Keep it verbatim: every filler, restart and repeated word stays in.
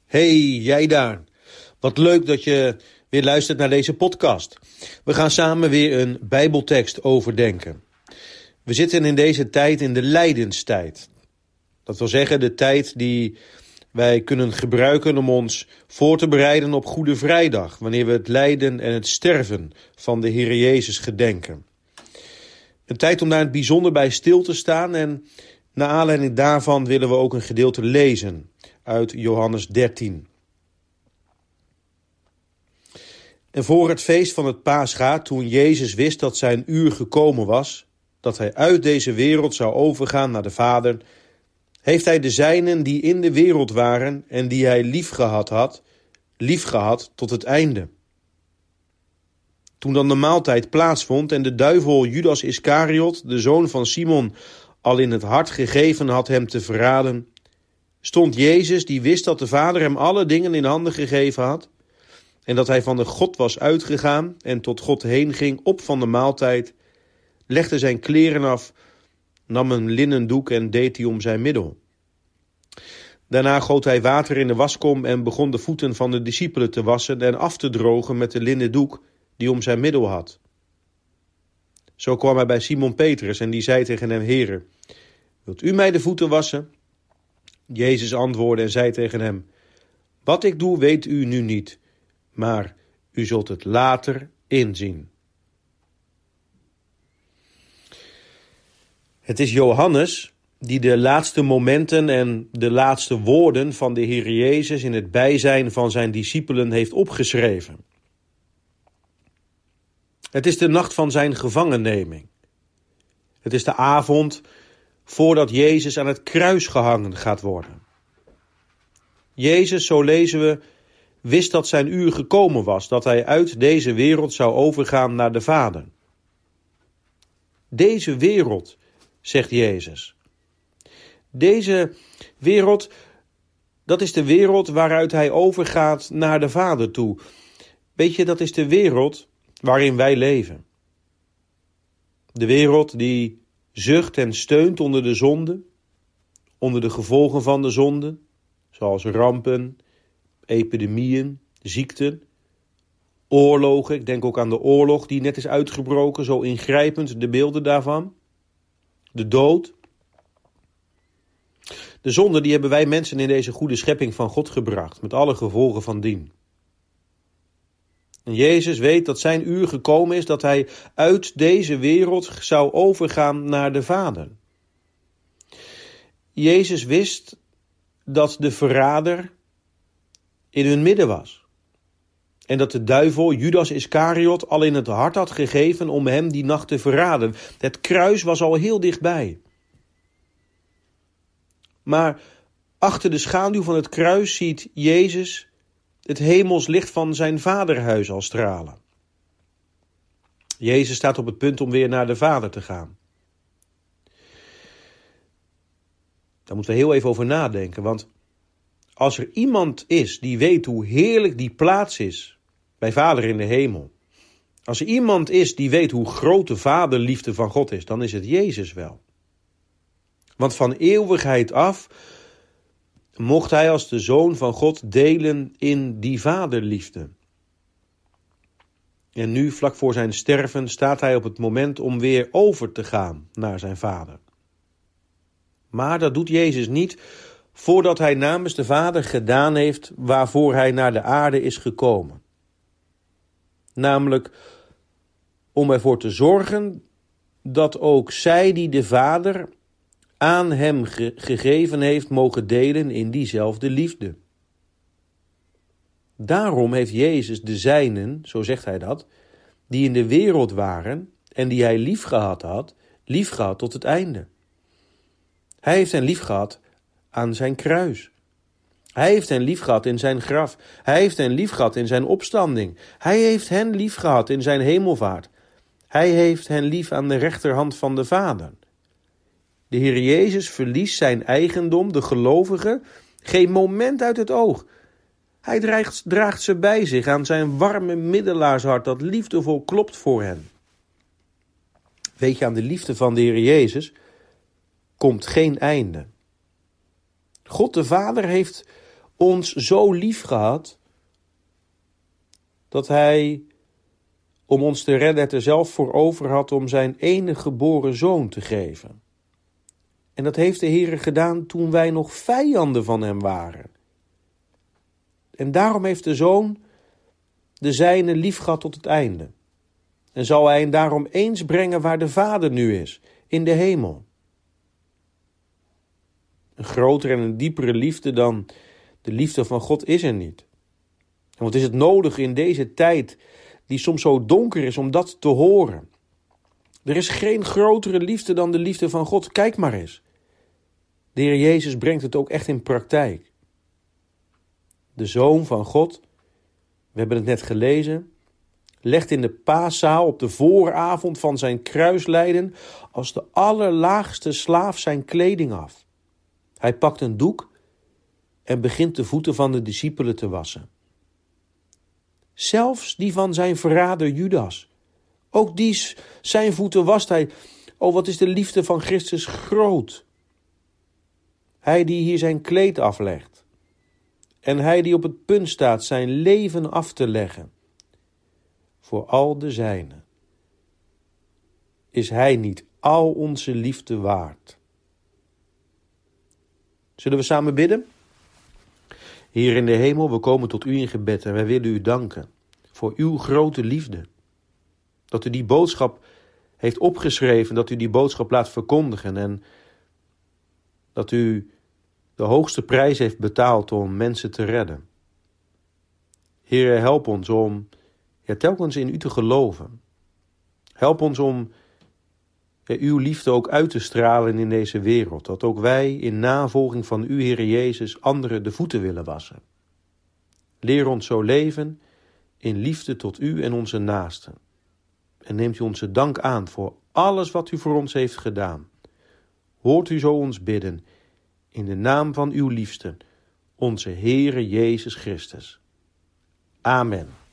Hey, jij daar. Wat leuk dat je weer luistert naar deze podcast. We gaan samen weer een Bijbeltekst overdenken. We zitten in deze tijd in de lijdenstijd. Dat wil zeggen de tijd die wij kunnen gebruiken om ons voor te bereiden op Goede Vrijdag, wanneer we het lijden en het sterven van de Heer Jezus gedenken. Een tijd om daar in het bijzonder bij stil te staan en naar aanleiding daarvan willen we ook een gedeelte lezen uit Johannes dertien. En voor het feest van het Paascha, toen Jezus wist dat zijn uur gekomen was, dat hij uit deze wereld zou overgaan naar de Vader, heeft hij de zijnen die in de wereld waren en die hij liefgehad had, liefgehad tot het einde. Toen dan de maaltijd plaatsvond en de duivel Judas Iskariot, de zoon van Simon, al in het hart gegeven had hem te verraden, stond Jezus, die wist dat de Vader hem alle dingen in handen gegeven had, en dat hij van de God was uitgegaan en tot God heen ging, op van de maaltijd, legde zijn kleren af, nam een linnen doek en deed die om zijn middel. Daarna goot hij water in de waskom en begon de voeten van de discipelen te wassen en af te drogen met de linnen doek die om zijn middel had. Zo kwam hij bij Simon Petrus en die zei tegen hem: Heere, wilt u mij de voeten wassen? Jezus antwoordde en zei tegen hem: Wat ik doe weet u nu niet, maar u zult het later inzien. Het is Johannes die de laatste momenten en de laatste woorden van de Heer Jezus in het bijzijn van zijn discipelen heeft opgeschreven. Het is de nacht van zijn gevangenneming. Het is de avond voordat Jezus aan het kruis gehangen gaat worden. Jezus, zo lezen we, wist dat zijn uur gekomen was, dat hij uit deze wereld zou overgaan naar de Vader. Deze wereld, zegt Jezus. Deze wereld, dat is de wereld waaruit hij overgaat naar de Vader toe. Weet je, dat is de wereld waarin wij leven. De wereld die zucht en steunt onder de zonde, onder de gevolgen van de zonde, zoals rampen, epidemieën, ziekten, oorlogen. Ik denk ook aan de oorlog die net is uitgebroken, zo ingrijpend de beelden daarvan. De dood. De zonde die hebben wij mensen in deze goede schepping van God gebracht, met alle gevolgen van dien. En Jezus weet dat zijn uur gekomen is, dat hij uit deze wereld zou overgaan naar de Vader. Jezus wist dat de verrader in hun midden was. En dat de duivel Judas Iskariot al in het hart had gegeven om hem die nacht te verraden. Het kruis was al heel dichtbij. Maar achter de schaduw van het kruis ziet Jezus het hemelslicht van zijn vaderhuis al stralen. Jezus staat op het punt om weer naar de Vader te gaan. Daar moeten we heel even over nadenken, want als er iemand is die weet hoe heerlijk die plaats is bij Vader in de hemel, als er iemand is die weet hoe groot de vaderliefde van God is, dan is het Jezus wel. Want van eeuwigheid af mocht hij als de Zoon van God delen in die vaderliefde. En nu, vlak voor zijn sterven, staat hij op het moment om weer over te gaan naar zijn Vader. Maar dat doet Jezus niet voordat hij namens de Vader gedaan heeft waarvoor hij naar de aarde is gekomen. Namelijk om ervoor te zorgen dat ook zij die de Vader aan hem ge- gegeven heeft, mogen delen in diezelfde liefde. Daarom heeft Jezus de zijnen, zo zegt hij dat, die in de wereld waren en die hij liefgehad had, liefgehad tot het einde. Hij heeft hen liefgehad aan zijn kruis. Hij heeft hen liefgehad in zijn graf. Hij heeft hen liefgehad in zijn opstanding. Hij heeft hen liefgehad in zijn hemelvaart. Hij heeft hen lief aan de rechterhand van de Vader. De Heer Jezus verliest zijn eigendom, de gelovigen, geen moment uit het oog. Hij draagt, draagt ze bij zich aan zijn warme middelaarshart dat liefdevol klopt voor hen. Weet je, aan de liefde van de Heer Jezus komt geen einde. God de Vader heeft ons zo lief gehad dat hij, om ons te redden, het er zelf voor over had om zijn enige geboren zoon te geven. En dat heeft de Heere gedaan toen wij nog vijanden van hem waren. En daarom heeft de Zoon de zijne lief gehad tot het einde. En zal hij hen daarom eens brengen waar de Vader nu is, in de hemel. Een grotere en een diepere liefde dan de liefde van God is er niet. En wat is het nodig in deze tijd die soms zo donker is om dat te horen? Er is geen grotere liefde dan de liefde van God. Kijk maar eens. De Heer Jezus brengt het ook echt in praktijk. De Zoon van God, we hebben het net gelezen, legt in de paaszaal op de vooravond van zijn kruislijden als de allerlaagste slaaf zijn kleding af. Hij pakt een doek en begint de voeten van de discipelen te wassen. Zelfs die van zijn verrader Judas. Ook die zijn voeten wast hij. Oh, wat is de liefde van Christus groot. Hij die hier zijn kleed aflegt. En hij die op het punt staat zijn leven af te leggen. Voor al de zijnen. Is hij niet al onze liefde waard? Zullen we samen bidden? Heer in de hemel, we komen tot u in gebed en wij willen u danken voor uw grote liefde. Dat u die boodschap heeft opgeschreven, dat u die boodschap laat verkondigen en dat u de hoogste prijs heeft betaald om mensen te redden. Heer, help ons om ja, telkens in u te geloven. Help ons om ja, uw liefde ook uit te stralen in deze wereld. Dat ook wij in navolging van u, Heer Jezus, anderen de voeten willen wassen. Leer ons zo leven in liefde tot u en onze naasten. En neemt u onze dank aan voor alles wat u voor ons heeft gedaan. Hoort u zo ons bidden, in de naam van uw liefste, onze Heere Jezus Christus. Amen.